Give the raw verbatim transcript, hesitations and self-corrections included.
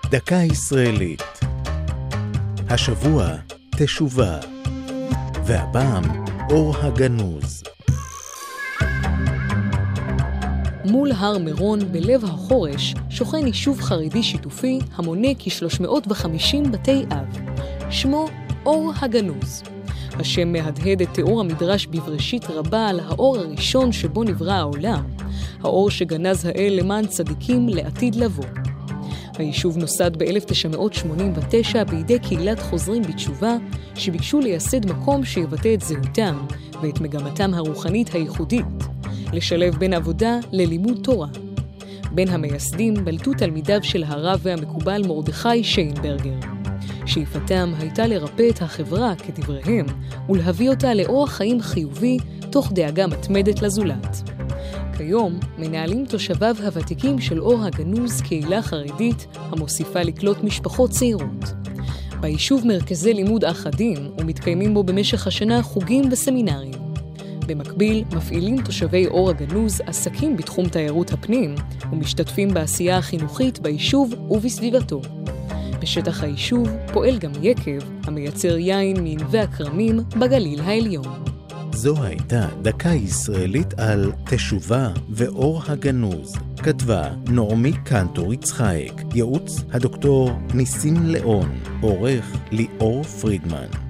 דקה ישראלית. השבוע תשובה, והפעם אור הגנוז. מול הר מירון בלב החורש שוכן יישוב חרדי שיתופי המונה כ-שלוש מאות וחמישים בתי אב. שמו אור הגנוז. השם מהדהד את תיאור המדרש בבראשית רבה על האור הראשון שבו נברא העולם, האור שגנז האל למען צדיקים לעתיד לבוא. היישוב נוסד ב-אלף תשע מאות שמונים ותשע בידי קהילת חוזרים בתשובה שביקשו לייסד מקום שיבטא את זהותם ואת מגמתם הרוחנית הייחודית, לשלב בין עבודה ללימוד תורה. בין המייסדים בלטו תלמידיו של הרב והמקובל מרדכי שיינברגר. שאיפתם הייתה לרפא את החברה כדבריהם ולהביא אותה לאורח חיים חיובי תוך דאגה מתמדת לזולת. כיום מנהלים תושביו הוותיקים של אור הגנוז קהילה חרדית המוסיפה לקלוט משפחות צעירות. ביישוב מרכזי לימוד אחדים ומתקיימים בו במשך השנה חוגים וסמינרים. במקביל מפעילים תושבי אור הגנוז עסקים בתחום תיירות הפנים ומשתתפים בעשייה החינוכית ביישוב ובסביבתו. בשטח היישוב פועל גם יקב המייצר יין מענבי הכרמים בגליל העליון. זו הייתה דקה ישראלית על תשובה ואור הגנוז. כתבה נעמי קנטור יצחק, ייעוץ הדוקטור ניסים ליאון, עורך ליאור פרידמן.